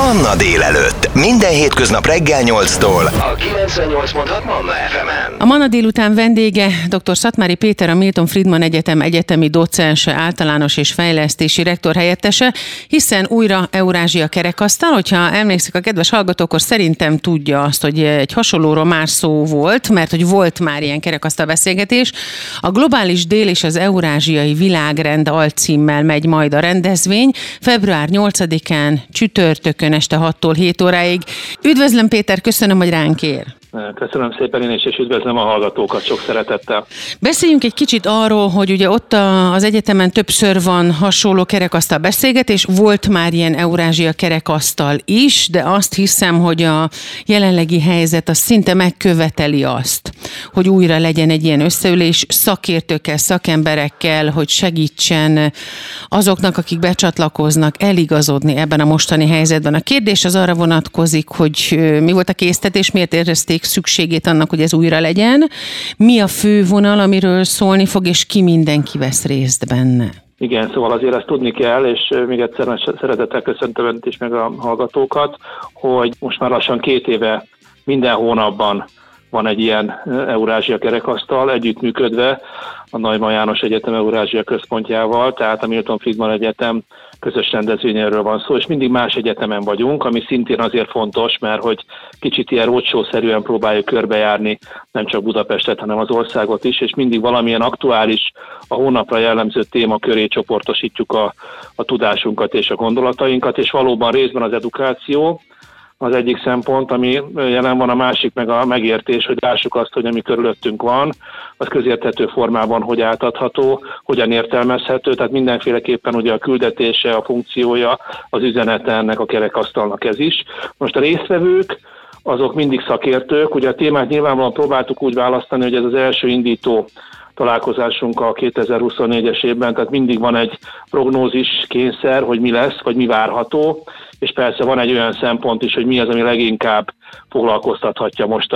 Manna délelőtt. Minden hétköznap reggel 8-tól a 98.6 Manna FM-en. A Manna délután vendége dr. Szatmári Péter, a Milton Friedman Egyetem egyetemi docense, általános és fejlesztési rektor helyettese, hiszen újra Eurázsia kerekasztal. Hogyha emlékszik a kedves hallgató, akkor szerintem tudja azt, hogy egy hasonlóról már szó volt, mert hogy volt már ilyen kerekasztal beszélgetés. A Globális Dél és az Eurázsiai Világrend alcímmel megy majd a rendezvény. Február 8-án csütörtökön este 6-tól 7 óráig. Üdvözlöm Péter, köszönöm, hogy ránk ér. Köszönöm szépen én is, és üdvözlöm a hallgatókat sok szeretettel. Beszéljünk egy kicsit arról, hogy ugye ott az egyetemen többször van hasonló kerekasztal beszélgetés, volt már ilyen Eurázsia kerekasztal is, de azt hiszem, hogy a jelenlegi helyzet az szinte megköveteli azt, hogy újra legyen egy ilyen összeülés szakértőkkel, szakemberekkel, hogy segítsen azoknak, akik becsatlakoznak, eligazodni ebben a mostani helyzetben. A kérdés az arra vonatkozik, hogy mi volt a késztetés, miért érezték szükségét annak, hogy ez újra legyen. Mi a fő vonal, amiről szólni fog, és ki mindenki vesz részt benne? Igen, szóval azért ezt tudni kell, és még egyszer szeretettel köszöntöm önt is meg a hallgatókat, hogy most már lassan 2 éve minden hónapban van egy ilyen Eurázsia kerekasztal, együttműködve a Neumann János Egyetem Eurázsia központjával, tehát a Milton Friedman Egyetem közös rendezvényéről van szó, és mindig más egyetemen vagyunk, ami szintén azért fontos, mert hogy kicsit ilyen roadshow-szerűen próbáljuk körbejárni nem csak Budapestet, hanem az országot is, és mindig valamilyen aktuális, a hónapra jellemző téma köré csoportosítjuk a tudásunkat és a gondolatainkat, és valóban részben az edukáció az egyik szempont, ami jelen van, a másik meg a megértés, hogy lássuk azt, hogy ami körülöttünk van, az közérthető formában hogy átadható, hogyan értelmezhető, tehát mindenféleképpen ugye a küldetése, a funkciója, az üzenete ennek a kerekasztalnak ez is. Most a résztvevők, azok mindig szakértők, ugye a témát nyilvánvalóan próbáltuk úgy választani, hogy ez az első indító találkozásunk a 2024-es évben, tehát mindig van egy prognózis kényszer, hogy mi lesz, vagy mi várható, és persze van egy olyan szempont is, hogy mi az, ami leginkább foglalkoztathatja most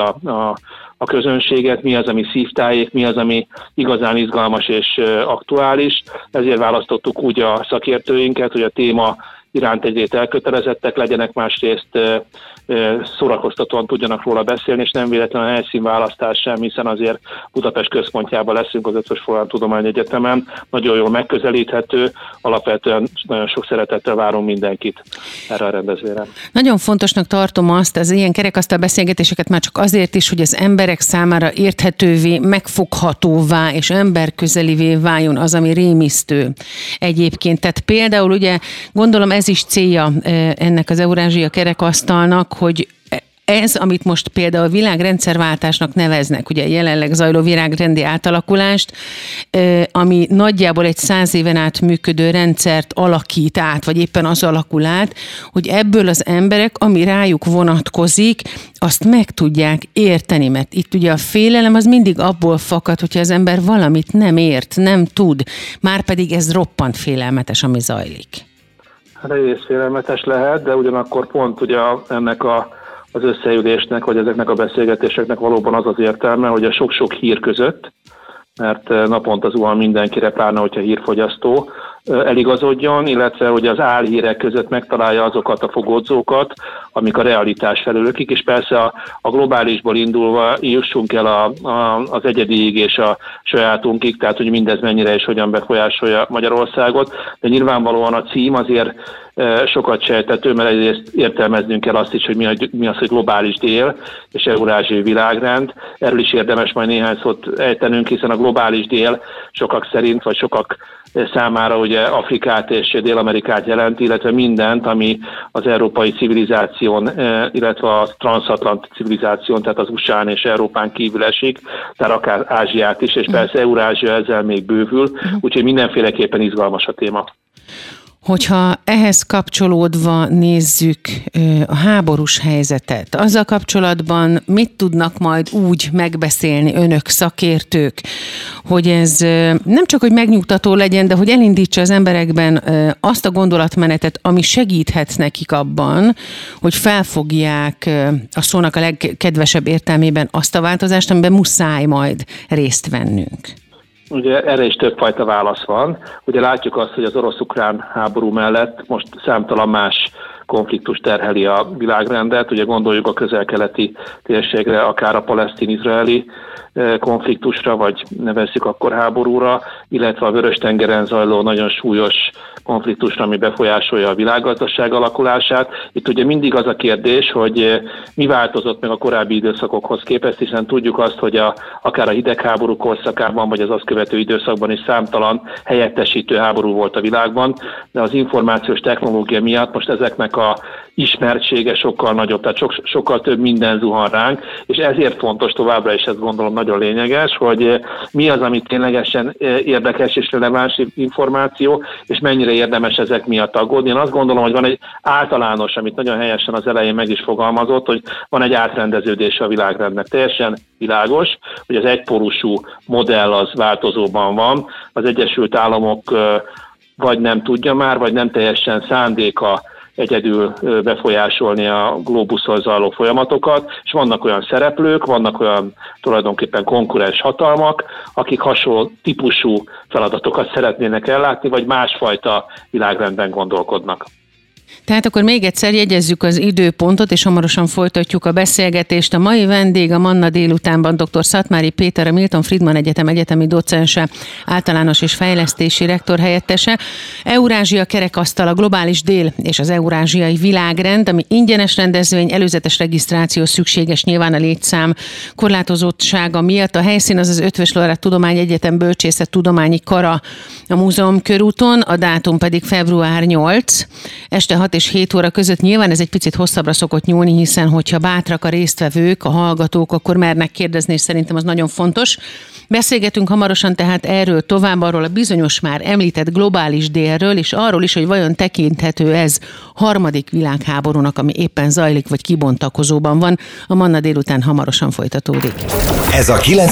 a közönséget, mi az, ami szívtájék, mi az, ami igazán izgalmas és aktuális. Ezért választottuk úgy a szakértőinket, hogy a téma iránt egyrészt elkötelezettek legyenek, másrészt szórakoztatóan tudjanak róla beszélni, és nem véletlenül a helyszínválasztás sem, hiszen azért Budapest központjában leszünk az Eötvös Loránd Tudományegyetemen, nagyon jól megközelíthető, alapvetően nagyon sok szeretettel várunk mindenkit erre a rendezvényre. Nagyon fontosnak tartom azt, az ilyen kerekasztal beszélgetéseket már csak azért is, hogy az emberek számára érthetővé, megfoghatóvá és emberközelivé váljon az, ami rémisztő egyébként. Tehát például ugye gondolom ez is célja ennek az Eurázsia kerekasztalnak, hogy ez, amit most például világrendszerváltásnak neveznek, ugye jelenleg zajló világrendi átalakulást, ami nagyjából egy 100 éven át működő rendszert alakít át, vagy éppen az alakul át, hogy ebből az emberek, ami rájuk vonatkozik, azt meg tudják érteni, mert itt ugye a félelem az mindig abból fakad, hogyha az ember valamit nem ért, nem tud, márpedig ez roppant félelmetes, ami zajlik. Hát egyrészt félelmetes lehet, de ugyanakkor pont ugye ennek az összeülésnek, vagy ezeknek a beszélgetéseknek valóban az az értelme, hogy a sok-sok hír között, mert naponta zuhan mindenkire, pláne hogyha hírfogyasztó, eligazodjon, illetve hogy az álhírek között megtalálja azokat a fogódzókat, amik a realitás felől ökik, és persze a globálisból indulva jussunk el az egyediig és a sajátunkig, tehát hogy mindez mennyire és hogyan befolyásolja Magyarországot, de nyilvánvalóan a cím azért sokat sejtető, mert egyrészt értelmeznünk kell azt is, hogy mi az, hogy globális dél és eurázsiai világrend. Erről is érdemes majd néhány szót ejtenünk, hiszen a globális dél sokak szerint, vagy sokak számára ugye Afrikát és Dél-Amerikát jelenti, illetve mindent, ami az európai civilizáción, illetve a transatlanti civilizáción, tehát az USA-n és Európán kívül esik, tehát akár Ázsiát is, és persze Eurázsia ezzel még bővül, úgyhogy mindenféleképpen izgalmas a téma. Hogyha ehhez kapcsolódva nézzük a háborús helyzetet, azzal kapcsolatban mit tudnak majd úgy megbeszélni önök, szakértők, hogy ez nem csak, hogy megnyugtató legyen, de hogy elindítsa az emberekben azt a gondolatmenetet, ami segíthet nekik abban, hogy felfogják a szónak a legkedvesebb értelmében azt a változást, amiben muszáj majd részt vennünk. Ugye erre is többfajta válasz van. Ugye látjuk azt, hogy az orosz-ukrán háború mellett most számtalan más konfliktus terheli a világrendet. Ugye gondoljuk a közel-keleti térségre, akár a palesztin-izraeli konfliktusra, vagy nevezzük akkor háborúra, illetve a Vörös-tengeren zajló nagyon súlyos konfliktusra, ami befolyásolja a világgazdaság alakulását. Itt ugye mindig az a kérdés, hogy mi változott meg a korábbi időszakokhoz képest, hiszen tudjuk azt, hogy akár a hidegháború korszakában, vagy az azt követő időszakban is számtalan helyettesítő háború volt a világban, de az információs technológia miatt most ezeknek a ismertsége sokkal nagyobb, tehát sokkal több minden zuhan ránk, és ezért fontos továbbra is, ezt gondolom nagyon lényeges, hogy mi az, ami ténylegesen érdekes és releváns információ, és mennyire érdemes ezek miatt aggódni. Én azt gondolom, hogy van egy általános, amit nagyon helyesen az elején meg is fogalmazott, hogy van egy átrendeződése a világrendnek. Teljesen világos, hogy az egypólusú modell az változóban van. Az Egyesült Államok vagy nem tudja már, vagy nem teljesen szándéka egyedül befolyásolni a glóbuszon zajló folyamatokat, és vannak olyan szereplők, vannak olyan tulajdonképpen konkurens hatalmak, akik hasonló típusú feladatokat szeretnének ellátni, vagy másfajta világrendben gondolkodnak. Tehát akkor még egyszer jegyezzük az időpontot, és hamarosan folytatjuk a beszélgetést. A mai vendég a Manna délutánban dr. Szatmári Péter, a Milton Friedman Egyetem egyetemi docense, általános és fejlesztési rektor helyettese. Eurázsia kerekasztal, a globális dél és az eurázsiai világrend, ami ingyenes rendezvény, előzetes regisztráció szükséges nyilván a létszám korlátozottsága miatt. A helyszín az Eötvös Loránd Tudományegyetem Bölcsészettudományi Kara a Múzeum körúton, a dátum pedig február 8, este 6 és 7 óra között. Nyilván ez egy picit hosszabbra szokott nyúlni, hiszen hogyha bátrak a résztvevők, a hallgatók, akkor mernek kérdezni, és szerintem az nagyon fontos. Beszélgetünk hamarosan tehát erről tovább, arról a bizonyos már említett globális délről, és arról is, hogy vajon tekinthető ez harmadik világháborúnak, ami éppen zajlik, vagy kibontakozóban van. A Manna délután hamarosan folytatódik. Ez a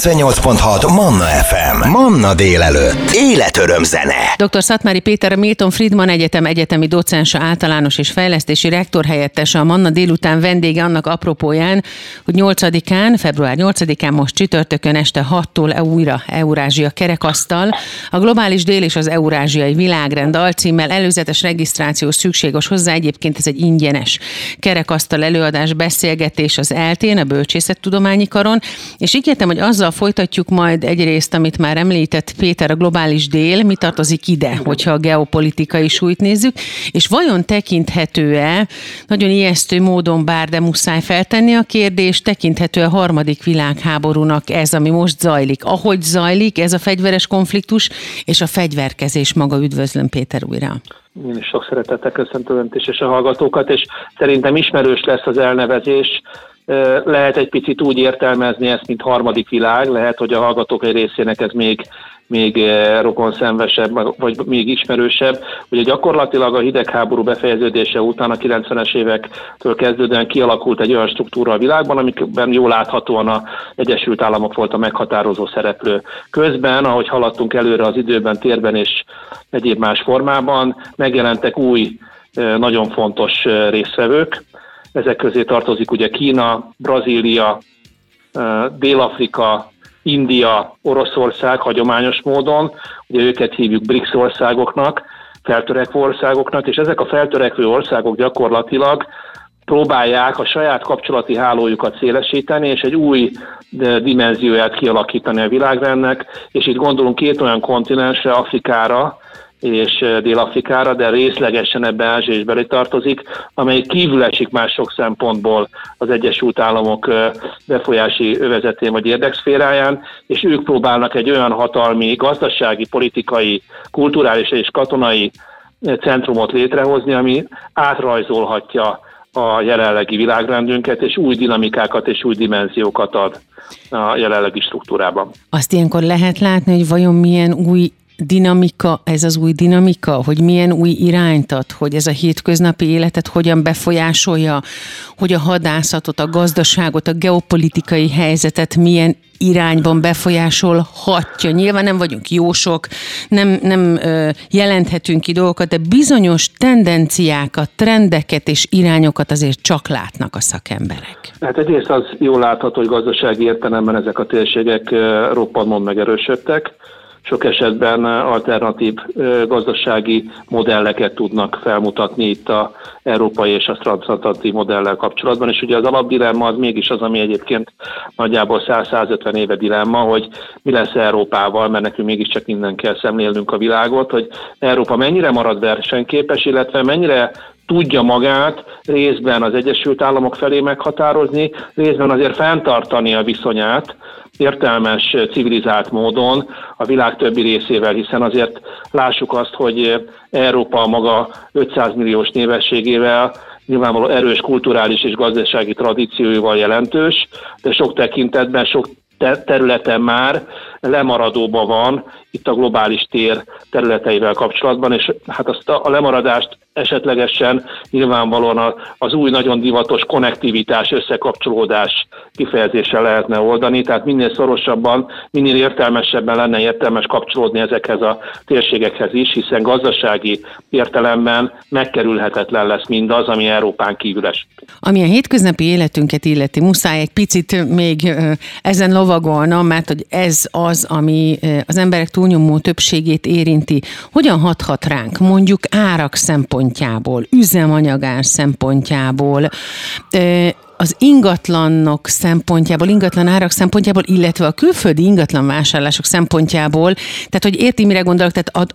98.6 Manna FM. Manna délelőtt. Életöröm zene. Dr. Szatmári Péter, a Milton Friedman Egyetem egyetemi docense, általános és fejlesztési rektor helyettese, a Manna délután vendége annak apropóján, hogy 8-án, február 8-án most csütörtökön este 6-tól újra Eurázsia kerekasztal. A globális dél és az eurázsiai világrend alcímmel előzetes regisztráció szükséges hozzá. Egyébként ez egy ingyenes kerekasztal előadás, beszélgetés az ELTÉN, a Bölcsészettudományi Karon, és ígértem, hogy azzal folytatjuk majd egyrészt, amit már említett Péter, a globális dél, mi tartozik ide, hogyha a geopolitikai súlyt nézzük, és vajon tekinthető-e, nagyon ijesztő módon bár, de muszáj feltenni a kérdést, tekinthető a harmadik világháborúnak ez, ami most zajlik, ahogy zajlik ez a fegyveres konfliktus és a fegyverkezés maga. Üdvözlöm, Péter, újra. Én is sok szeretettel köszöntöm Önt és a hallgatókat, és szerintem ismerős lesz az elnevezés. Lehet egy picit úgy értelmezni ezt, mint harmadik világ, lehet, hogy a hallgatók egy részének ez még rokonszenvesebb, vagy még ismerősebb. Ugye gyakorlatilag a hidegháború befejeződése után a 90-es évektől kezdődően kialakult egy olyan struktúra a világban, amikben jól láthatóan az Egyesült Államok volt a meghatározó szereplő. Közben, ahogy haladtunk előre az időben, térben és egyéb más formában, megjelentek új, nagyon fontos résztvevők. Ezek közé tartozik ugye Kína, Brazília, Dél-Afrika, India, Oroszország hagyományos módon, ugye őket hívjuk BRICS országoknak, feltörekvő országoknak, és ezek a feltörekvő országok gyakorlatilag próbálják a saját kapcsolati hálójukat szélesíteni, és egy új dimenzióját kialakítani a világrendnek, és itt gondolunk két olyan kontinensre, Afrikára és Dél-Afrikára, de részlegesen ebbe Ázsia is beletartozik, amely kívül esik már sok szempontból az Egyesült Államok befolyási övezetén vagy érdekszféráján, és ők próbálnak egy olyan hatalmi, gazdasági, politikai, kulturális és katonai centrumot létrehozni, ami átrajzolhatja a jelenlegi világrendünket, és új dinamikákat és új dimenziókat ad a jelenlegi struktúrában. Azt ilyenkor lehet látni, hogy vajon milyen új dinamika, ez az új dinamika, hogy milyen új irányt ad, hogy ez a hétköznapi életet hogyan befolyásolja, hogy a hadászatot, a gazdaságot, a geopolitikai helyzetet milyen irányban befolyásolhatja. Nyilván nem vagyunk jósok, nem jelenthetünk ki dolgokat, de bizonyos tendenciákat, trendeket és irányokat azért csak látnak a szakemberek. Hát egyrészt az jól látható, hogy gazdasági értelemben ezek a térségek roppantmódon megerősödtek. sok esetben alternatív gazdasági modelleket tudnak felmutatni itt az európai és a transatlanti modellel kapcsolatban, és ugye az alapdilemma az mégis az, ami egyébként nagyjából 100-150 éve dilemma, hogy mi lesz Európával, mert nekünk mégiscsak innen kell szemlélnünk a világot, hogy Európa mennyire marad versenyképes, illetve mennyire tudja magát részben az Egyesült Államok felé meghatározni, részben azért fenntartani a viszonyát értelmes, civilizált módon a világ többi részével, hiszen azért lássuk azt, hogy Európa maga 500 milliós népességével nyilvánvalóan erős kulturális és gazdasági tradícióival jelentős, de sok tekintetben, sok területen már lemaradóban van itt a globális tér területeivel kapcsolatban, és hát azt a lemaradást esetlegesen nyilvánvalóan az új nagyon divatos konnektivitás, összekapcsolódás kifejezéssel lehetne oldani, tehát minél szorosabban, minél értelmesebben lenne értelmes kapcsolódni ezekhez a térségekhez is, hiszen gazdasági értelemben megkerülhetetlen lesz mindaz, ami Európán kívüles. Ami a hétköznapi életünket illeti, muszáj egy picit még ezen lovagolnom, mert hogy ez az, ami az emberek túlnyomó többségét érinti. Hogyan hathat ránk mondjuk árak szempontjából, üzemanyagár szempontjából, az ingatlanok szempontjából, ingatlan árak szempontjából, illetve a külföldi ingatlan vásárlások szempontjából, tehát hogy érti, mire gondolok, tehát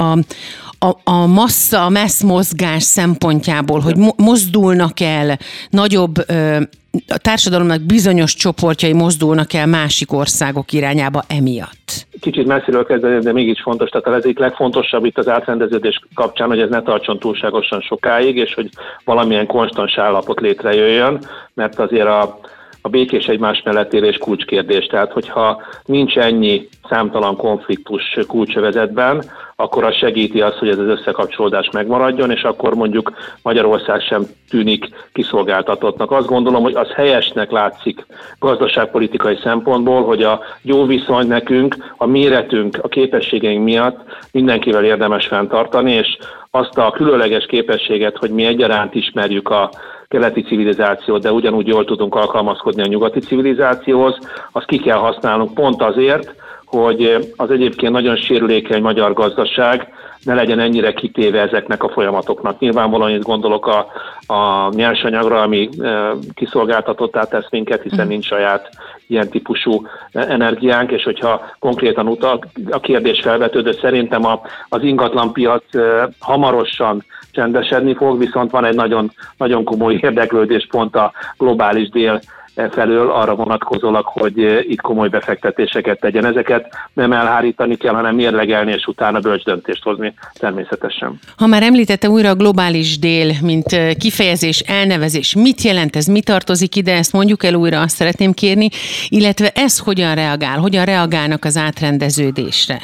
a massza, a messz mozgás szempontjából, hogy mozdulnak el nagyobb, a társadalomnak bizonyos csoportjai mozdulnak el másik országok irányába emiatt. Kicsit messziről kezdeni, de mégis fontos, tehát az egyik legfontosabb itt az átrendeződés kapcsán, hogy ez ne tartson túlságosan sokáig, és hogy valamilyen konstans állapot létrejöjjön, mert azért a békés egymás mellett élés kulcskérdés. Tehát, hogyha nincs ennyi számtalan konfliktus kulcsövezetben, akkor az segíti azt, hogy ez az összekapcsolódás megmaradjon, és akkor mondjuk Magyarország sem tűnik kiszolgáltatottnak. Azt gondolom, hogy az helyesnek látszik gazdaságpolitikai szempontból, hogy a jó viszony nekünk, a méretünk, a képességeink miatt mindenkivel érdemes fenntartani, és azt a különleges képességet, hogy mi egyaránt ismerjük a keleti civilizációt, de ugyanúgy jól tudunk alkalmazkodni a nyugati civilizációhoz, azt ki kell használnunk pont azért, hogy az egyébként nagyon sérülékeny magyar gazdaság ne legyen ennyire kitéve ezeknek a folyamatoknak. Nyilvánvalóan itt gondolok a nyersanyagra, ami kiszolgáltatottá tesz minket, hiszen nincs saját ilyen típusú energiánk, és hogyha konkrétan a kérdés felvetődött, szerintem az ingatlanpiac hamarosan csendesedni fog, viszont van egy nagyon, nagyon komoly érdeklődés pont a globális dél felől arra vonatkozólag, hogy itt komoly befektetéseket tegyen. Ezeket nem elhárítani kell, hanem mérlegelni, és utána bölcs döntést hozni természetesen. Ha már említette újra a globális dél, mint kifejezés, elnevezés, mit jelent ez, mi tartozik ide, ezt mondjuk el újra, azt szeretném kérni, illetve ez hogyan reagálnak az átrendeződésre?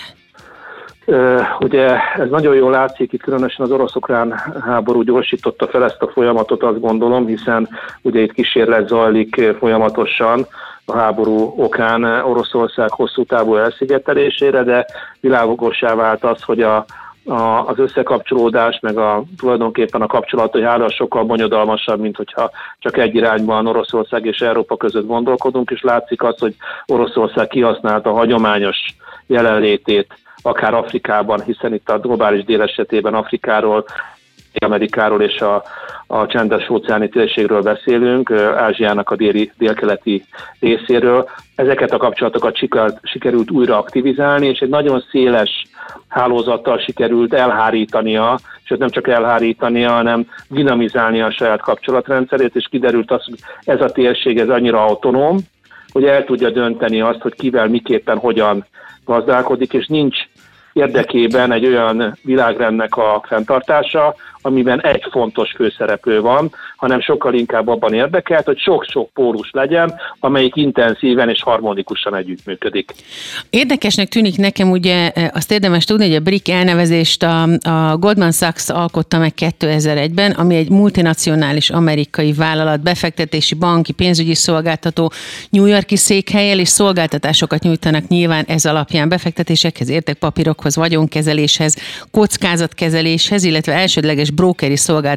Ugye ez nagyon jól látszik, itt különösen az orosz-ukrán háború gyorsította fel ezt a folyamatot, azt gondolom, hiszen ugye itt kísérlet zajlik folyamatosan a háború okán Oroszország hosszú távú elszigetelésére, de világossá vált az, hogy az összekapcsolódás, meg tulajdonképpen a kapcsolatai hála sokkal bonyodalmasabb, mint hogyha csak egy irányban Oroszország és Európa között gondolkodunk, és látszik az, hogy Oroszország kihasználta a hagyományos jelenlétét akár Afrikában, hiszen itt a globális dél esetében Afrikáról, Amerikáról és a csendes-óceáni térségről beszélünk, Ázsiának a délkeleti részéről. Ezeket a kapcsolatokat sikerült újra aktivizálni, és egy nagyon széles hálózattal sikerült elhárítania, sőt nem csak elhárítania, hanem dinamizálnia a saját kapcsolatrendszerét, és kiderült az, hogy ez a térség ez annyira autonóm, hogy el tudja dönteni azt, hogy kivel, miképpen, hogyan gazdálkodik, és nincs érdekében egy olyan világrendnek a fenntartása, amiben egy fontos főszereplő van, hanem sokkal inkább abban érdekelt, hogy sok-sok pólus legyen, amelyik intenzíven és harmonikusan együttműködik. Érdekesnek tűnik nekem, ugye azt érdemes tudni, hogy a BRIC elnevezést a Goldman Sachs alkotta meg 2001-ben, ami egy multinacionális amerikai vállalat, befektetési, banki, pénzügyi szolgáltató, New York-i székhellyel, és szolgáltatásokat nyújtanak nyilván ez alapján befektetésekhez, értékpapírokhoz, vagyonkezeléshez, kockázatkezeléshez, illetve elsődleges és brókeri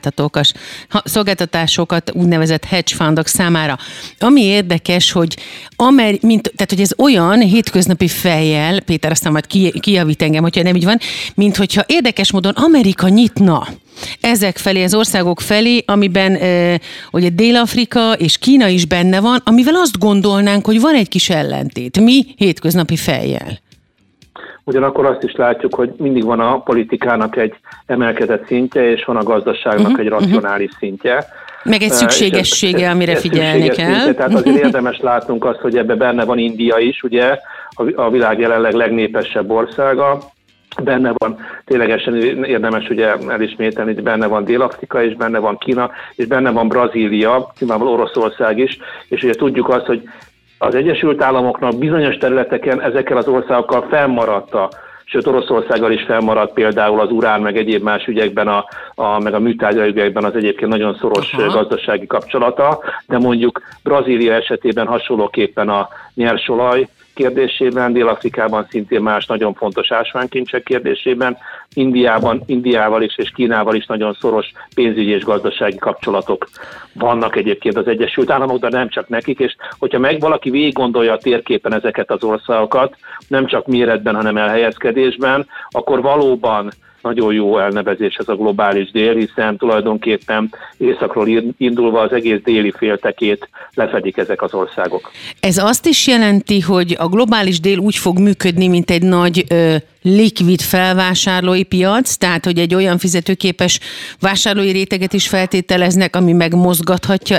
szolgáltatásokat úgynevezett hedge fundok számára. Ami érdekes, hogy tehát hogy ez olyan hétköznapi fejjel, Péter aztán majd kijavít engem, hogyha nem így van, mint hogyha érdekes módon Amerika nyitna ezek felé, az országok felé, amiben ugye Dél-Afrika és Kína is benne van, amivel azt gondolnánk, hogy van egy kis ellentét. Mi hétköznapi fejjel. Ugyanakkor azt is látjuk, hogy mindig van a politikának egy emelkedett szintje, és van a gazdaságnak egy racionális szintje. Meg egy szükségessége, amire figyelni kell. Szintje, tehát azért érdemes látnunk azt, hogy ebben benne van India is, ugye, a világ jelenleg legnépesebb országa. Benne van, ténylegesen érdemes ugye elismételni, hogy benne van Dél-Afrika, és benne van Kína, és benne van Brazília, nyilvánvalóan Oroszország is, és ugye tudjuk azt, hogy az Egyesült Államoknak bizonyos területeken ezekkel az országokkal fennmaradt sőt Oroszországgal is fennmaradt például az urán, meg egyéb más ügyekben, meg a műtárgyaügyekben az egyébként nagyon szoros gazdasági kapcsolata, de mondjuk Brazília esetében hasonlóképpen a nyersolaj kérdésében, Dél-Afrikában szintén más nagyon fontos ásványkincsek kérdésében, Indiával is és Kínával is nagyon szoros pénzügyi és gazdasági kapcsolatok vannak egyébként az Egyesült Államok, de nem csak nekik, és hogyha valaki végig gondolja a térképen ezeket az országokat, nem csak méretben, hanem elhelyezkedésben, akkor valóban nagyon jó elnevezés ez a globális dél, hiszen tulajdonképpen északról indulva az egész déli féltekét lefedik ezek az országok. Ez azt is jelenti, hogy a globális dél úgy fog működni, mint egy nagy likvid felvásárlói piac, tehát hogy egy olyan fizetőképes vásárlói réteget is feltételeznek, ami megmozgathatja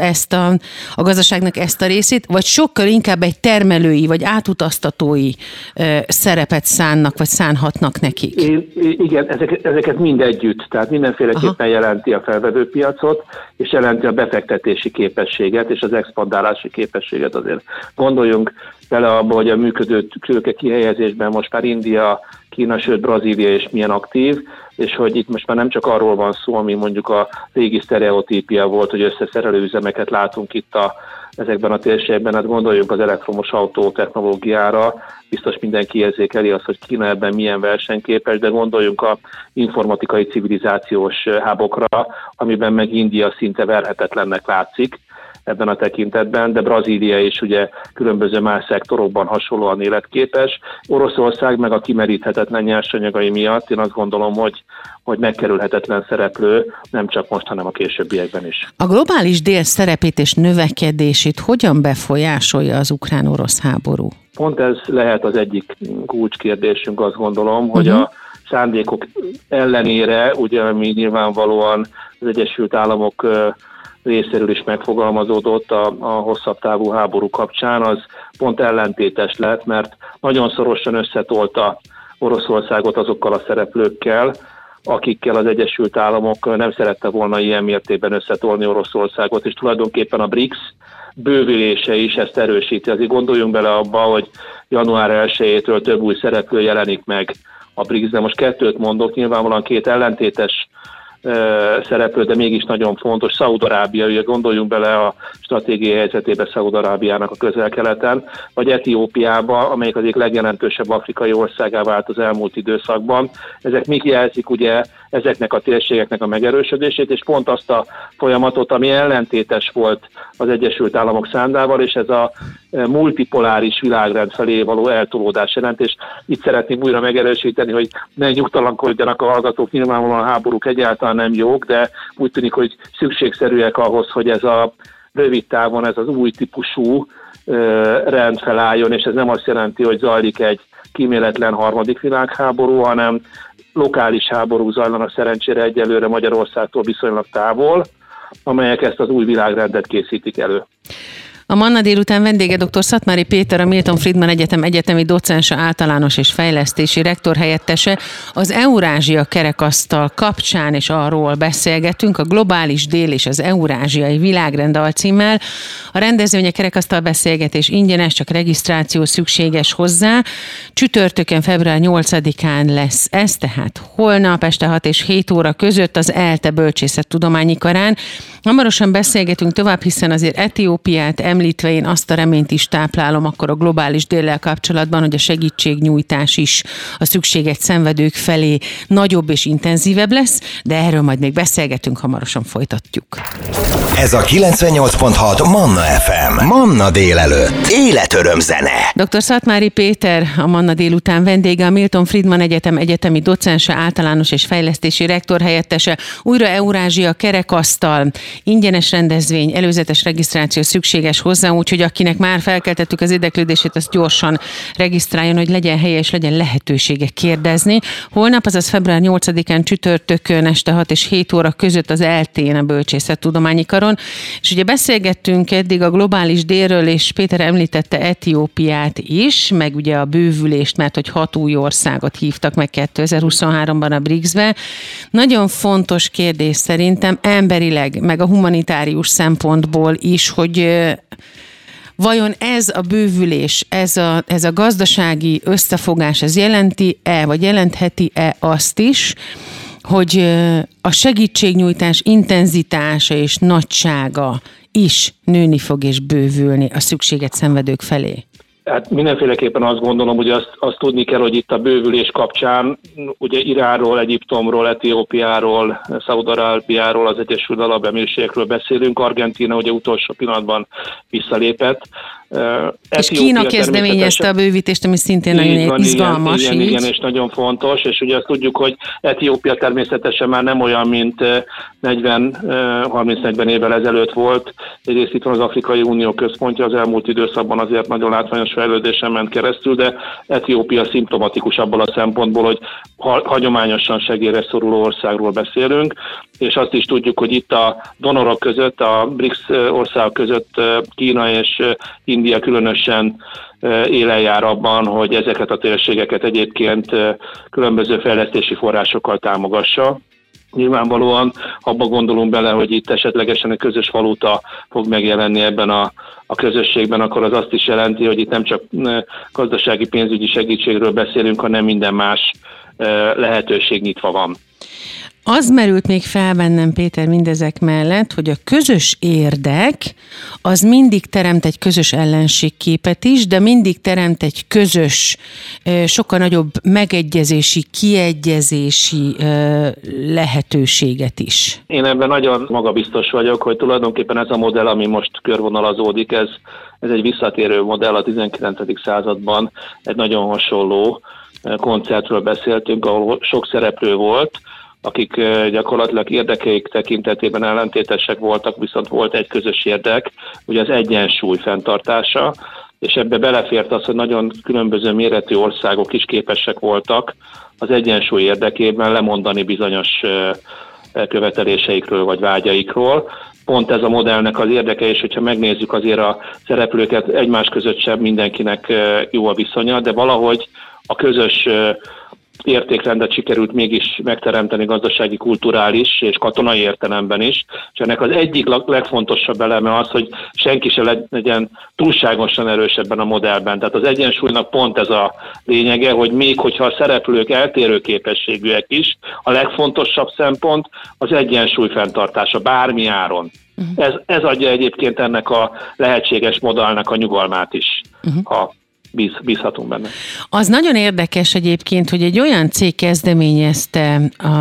a gazdaságnak ezt a részét, vagy sokkal inkább egy termelői, vagy átutaztatói szerepet szánnak, vagy szánhatnak nekik? Igen, ezeket mind együtt, tehát mindenféleképpen jelenti a felvevőpiacot, és jelenti a befektetési képességet, és az expandálási képességet azért. Gondoljunk bele abba, hogy a működő tőke kihelyezésben most már India, Kína, sőt Brazília is milyen aktív, és hogy itt most már nem csak arról van szó, ami mondjuk a régi sztereotípia volt, hogy összeszerelő üzemeket látunk itt ezekben a térségben, hát gondoljunk az elektromos autó technológiára, biztos mindenki érzékeli azt, hogy Kína ebben milyen versenyképes, de gondoljunk a informatikai civilizációs hábokra, amiben meg India szinte verhetetlennek látszik ebben a tekintetben, de Brazília is ugye különböző más szektorokban hasonlóan életképes. Oroszország meg a kimeríthetetlen nyersanyagai miatt én azt gondolom, hogy megkerülhetetlen szereplő, nem csak most, hanem a későbbiekben is. A globális dél szerepét és növekedését hogyan befolyásolja az ukrán-orosz háború? Pont ez lehet az egyik kulcskérdésünk, azt gondolom, hogy a szándékok ellenére, ugye, ami nyilvánvalóan az Egyesült Államok részéről is megfogalmazódott a hosszabb távú háború kapcsán, az pont ellentétes lett, mert nagyon szorosan összetolta Oroszországot azokkal a szereplőkkel, akikkel az Egyesült Államok nem szerette volna ilyen mértékben összetolni Oroszországot, és tulajdonképpen a BRICS bővülése is ezt erősíti. Azért gondoljunk bele abba, hogy január 1-től több új szereplő jelenik meg a BRICS, de most kettőt mondok, nyilvánvalóan két ellentétes szereplő, de mégis nagyon fontos. Szaúd-Arábia, ugye gondoljunk bele a stratégiai helyzetébe Szaúd-Arábiának a Közel-Keleten, vagy Etiópiába, amelyik az egyik legjelentősebb afrikai országá vált az elmúlt időszakban. Ezek még jelzik ugye ezeknek a térségeknek a megerősödését, és pont azt a folyamatot, ami ellentétes volt az Egyesült Államok szándával, és ez a multipoláris világrend felé való eltolódás jelent, és itt szeretném újra megerősíteni, hogy ne nyugtalankodjanak a hallgatók, nyilvánvalóan a háborúk egyáltalán nem jók, de úgy tűnik, hogy szükségszerűek ahhoz, hogy ez a rövid távon ez az új típusú rend felálljon, és ez nem azt jelenti, hogy zajlik egy kíméletlen harmadik világháború, hanem lokális háborúk zajlanak szerencsére egyelőre Magyarországtól viszonylag távol, amelyek ezt az új világrendet készítik elő. A Manna délután vendége dr. Szatmári Péter, a Milton Friedman Egyetem egyetemi docense, általános és fejlesztési rektor helyettese. Az Eurázsia kerekasztal kapcsán és arról beszélgetünk, a globális dél és az eurázsiai világrend alcímmel. A rendezvénye kerekasztal beszélgetés ingyenes, csak regisztráció szükséges hozzá. Csütörtökön, február 8-án lesz ez, tehát holnap este 6 és 7 óra között az ELTE Bölcsészettudományi Karán. Hamarosan beszélgetünk tovább, hiszen azért Etiópiát említve én azt a reményt is táplálom akkor a globális déllel kapcsolatban, hogy a segítségnyújtás is a szükséget szenvedők felé nagyobb és intenzívebb lesz, de erről majd még beszélgetünk, hamarosan folytatjuk. Ez a 98.6 Manna FM. Manna délelőtt. Életöröm zene. Dr. Szatmári Péter, a Manna délután vendége, a Milton Friedman Egyetem egyetemi docense, általános és fejlesztési rektor helyettese, újra Eurázsia kerekasztal, ingyenes rendezvény, előzetes regisztráció szükséges hozzá, úgyhogy akinek már felkeltettük az érdeklődését, azt gyorsan regisztráljon, hogy legyen helye és legyen lehetősége kérdezni. Holnap, azaz február 8-án csütörtökön este 6 és 7 óra között az ELTE-n, a Bölcsészettudományi Karon, és ugye beszélgettünk eddig a globális délről, és Péter említette Etiópiát is, meg ugye a bővülést, mert hogy 6 új országot hívtak meg 2023-ban a BRICS-be. Nagyon fontos kérdés szerintem emberileg, meg a humanitárius szempontból is, hogy vajon ez a bővülés, ez a gazdasági összefogás, ez jelenti-e, vagy jelentheti-e azt is, hogy a segítségnyújtás intenzitása és nagysága is nőni fog és bővülni a szükséget szenvedők felé? Hát mindenféleképpen azt gondolom, hogy azt tudni kell, hogy itt a bővülés kapcsán ugye Iránról, Egyiptomról, Etiópiáról, Szaúd-Arábiáról, az Egyesült Arab Emírségekről beszélünk. Argentína ugye utolsó pillanatban visszalépett. És Kína kezdeményezte a bővítést, ami szintén nagyon izgalmas. Igen, és nagyon fontos, és ugye azt tudjuk, hogy Etiópia természetesen már nem olyan, mint 30-40 évvel ezelőtt volt. Egyrészt itt van az Afrikai Unió központja, az elmúlt időszakban azért nagyon látványos fejlődésen ment keresztül, de Etiópia szimptomatikus abból a szempontból, hogy hagyományosan segélyre szoruló országról beszélünk, és azt is tudjuk, hogy itt a donorok között, a BRICS országok között Kína és India különösen élen jár abban, hogy ezeket a térségeket egyébként különböző fejlesztési forrásokkal támogassa. Nyilvánvalóan abba gondolunk bele, hogy itt esetlegesen egy közös valuta fog megjelenni ebben a közösségben, akkor az azt is jelenti, hogy itt nem csak gazdasági pénzügyi segítségről beszélünk, hanem minden más lehetőség nyitva van. Az merült még fel bennem, Péter, mindezek mellett, hogy a közös érdek az mindig teremt egy közös ellenségképet is, de mindig teremt egy közös, sokkal nagyobb megegyezési, kiegyezési lehetőséget is. Én ebben nagyon magabiztos vagyok, hogy tulajdonképpen ez a modell, ami most körvonalazódik, ez egy visszatérő modell a 19. században, egy nagyon hasonló koncertről beszéltünk, ahol sok szereplő volt, akik gyakorlatilag érdekeik tekintetében ellentétesek voltak, viszont volt egy közös érdek, ugye az egyensúly fenntartása, és ebbe belefért az, hogy nagyon különböző méretű országok is képesek voltak az egyensúly érdekében lemondani bizonyos követeléseikről vagy vágyaikról. Pont ez a modellnek az érdeke, és hogyha megnézzük azért a szereplőket, egymás között sem mindenkinek jó a viszonya, de valahogy a közös értékrendet sikerült mégis megteremteni gazdasági, kulturális és katonai értelemben is. És ennek az egyik legfontosabb eleme az, hogy senki se legyen túlságosan erős ebben a modellben. Tehát az egyensúlynak pont ez a lényege, hogy még hogyha a szereplők eltérő képességűek is, a legfontosabb szempont az egyensúly fenntartása bármi áron. Ez adja egyébként ennek a lehetséges modellnek a nyugalmát is, ha bízhatunk benne. Az nagyon érdekes egyébként, hogy egy olyan cég kezdeményezte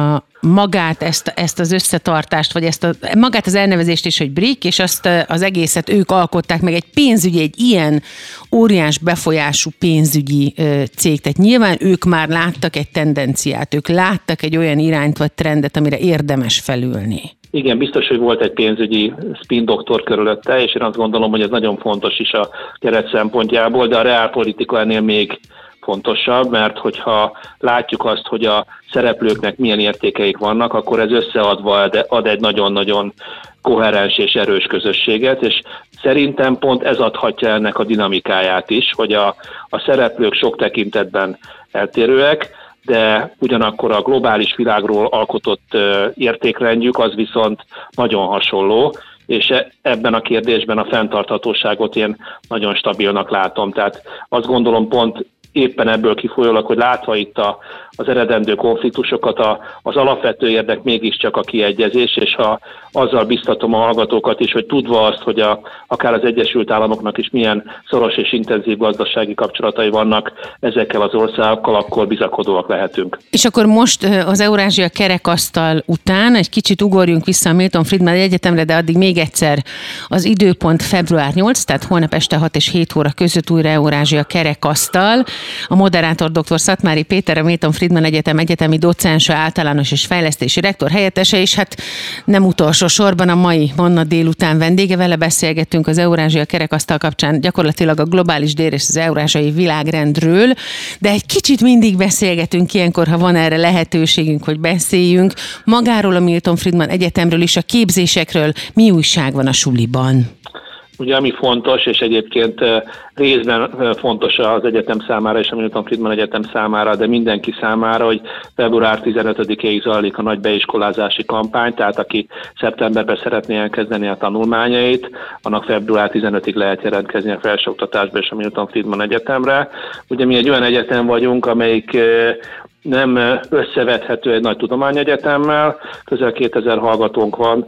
magát ezt az összetartást, vagy magát az elnevezést is, hogy BRIC, és azt az egészet ők alkották meg, egy ilyen óriás befolyású pénzügyi cég. Tehát nyilván ők már láttak egy tendenciát, ők láttak egy olyan irányt vagy trendet, amire érdemes felülni. Igen, biztos, hogy volt egy pénzügyi spin doktor körülötte, és én azt gondolom, hogy ez nagyon fontos is a keret szempontjából, de a reálpolitika ennél még fontosabb, mert hogyha látjuk azt, hogy a szereplőknek milyen értékeik vannak, akkor ez összeadva ad egy nagyon-nagyon koherens és erős közösséget, és szerintem pont ez adhatja ennek a dinamikáját is, hogy a szereplők sok tekintetben eltérőek, de ugyanakkor a globális világról alkotott értékrendjük az viszont nagyon hasonló, és ebben a kérdésben a fenntarthatóságot én nagyon stabilnak látom. Tehát azt gondolom pont éppen ebből kifolyólag, hogy látva itt az eredendő konfliktusokat, az alapvető érdek mégiscsak a kiegyezés, és ha azzal biztatom a hallgatókat is, hogy tudva azt, hogy akár az Egyesült Államoknak is milyen szoros és intenzív gazdasági kapcsolatai vannak ezekkel az országokkal, akkor bizakodóak lehetünk. És akkor most az Eurázsia kerekasztal után egy kicsit ugorjunk vissza a Milton Friedman Egyetemre, de addig még egyszer az időpont február 8, tehát holnap este 6 és 7 óra között újra Eurázsia kerekasztal. A moderátor dr. Szatmári Péter, a Milton Friedman Egyetem egyetemi docensa, általános és fejlesztési rektor helyettese, és hát nem utolsó sorban a mai Manna délután vendége. Vele beszélgettünk az Eurázsia kerekasztal kapcsán gyakorlatilag a globális dél és az eurázsiai világrendről, de egy kicsit mindig beszélgetünk ilyenkor, ha van erre lehetőségünk, hogy beszéljünk magáról a Milton Friedman Egyetemről és a képzésekről. Mi újság van a suliban? Ugye ami fontos, és egyébként részben fontos az egyetem számára és a Milton Friedman Egyetem számára, de mindenki számára, hogy február 15-ig zajlik a nagy beiskolázási kampány, tehát aki szeptemberben szeretné elkezdeni a tanulmányait, annak február 15-ig lehet jelentkezni a felsőoktatásba és a Milton Friedman Egyetemre. Ugye mi egy olyan egyetem vagyunk, amelyik nem összevethető egy nagy tudományegyetemmel, közel 2000 hallgatónk van,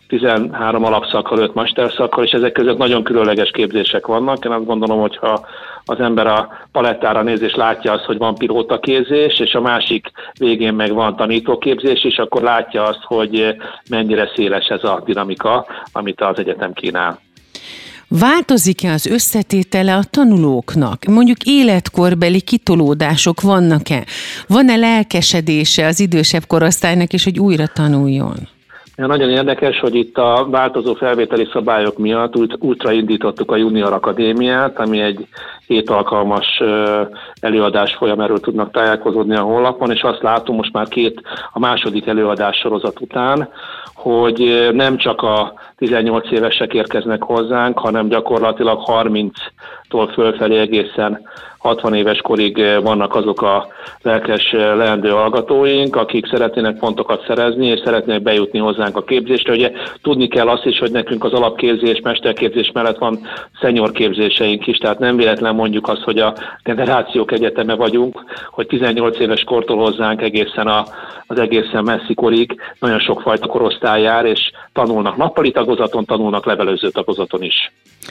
13 alapszakkal, 5 masterszakkal, és ezek között nagyon különleges képzések vannak. Én azt gondolom, hogyha az ember a palettára néz és látja azt, hogy van pilótaképzés, és a másik végén meg van tanítóképzés, és akkor látja azt, hogy mennyire széles ez a dinamika, amit az egyetem kínál. Változik-e az összetétele a tanulóknak? Mondjuk életkorbeli kitolódások vannak-e? Van-e lelkesedése az idősebb korosztálynak is, hogy újra tanuljon? Ja, nagyon érdekes, hogy itt a változó felvételi szabályok miatt útraindítottuk a Junior Akadémiát, ami egy 7 alkalmas előadás folyam, erről tudnak tájékozódni a honlapon, és azt látom most már a második előadás sorozat után, hogy nem csak a 18 évesek érkeznek hozzánk, hanem gyakorlatilag 30-tól fölfelé egészen 60 éves korig vannak azok a lelkes leendő hallgatóink, akik szeretnének pontokat szerezni, és szeretnének bejutni hozzánk a képzésre. Ugye tudni kell azt is, hogy nekünk az alapképzés, mesterképzés mellett van senior képzéseink is, tehát nem véletlen mondjuk azt, hogy a generációk egyeteme vagyunk, hogy 18 éves kortól hozzánk egészen az egészen messzi korig nagyon sokfajta korosztály jár, és tanulnak nappali tagozaton, tanulnak levelező tagozaton is.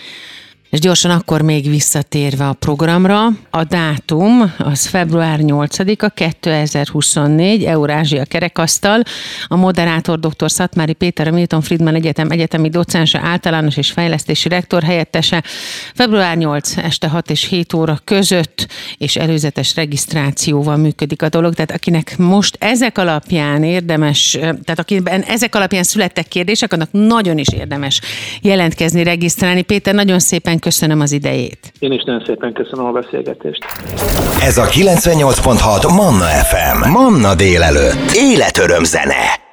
És gyorsan akkor még visszatérve a programra, a dátum az február 8-a, 2024, Eurázsia kerekasztal. A moderátor dr. Szatmári Péter, a Milton Friedman Egyetem egyetemi docense, általános és fejlesztési rektor helyettese. Február 8 este 6 és 7 óra között, és előzetes regisztrációval működik a dolog. Tehát akinek most ezek alapján érdemes, tehát akiben ezek alapján születtek kérdések, annak nagyon is érdemes jelentkezni, regisztrálni. Péter, nagyon szépen köszönöm az idejét. Én is nagyon szépen köszönöm a beszélgetést. Ez a 98.6 Manna FM. Manna délelőtt. Életöröm zene.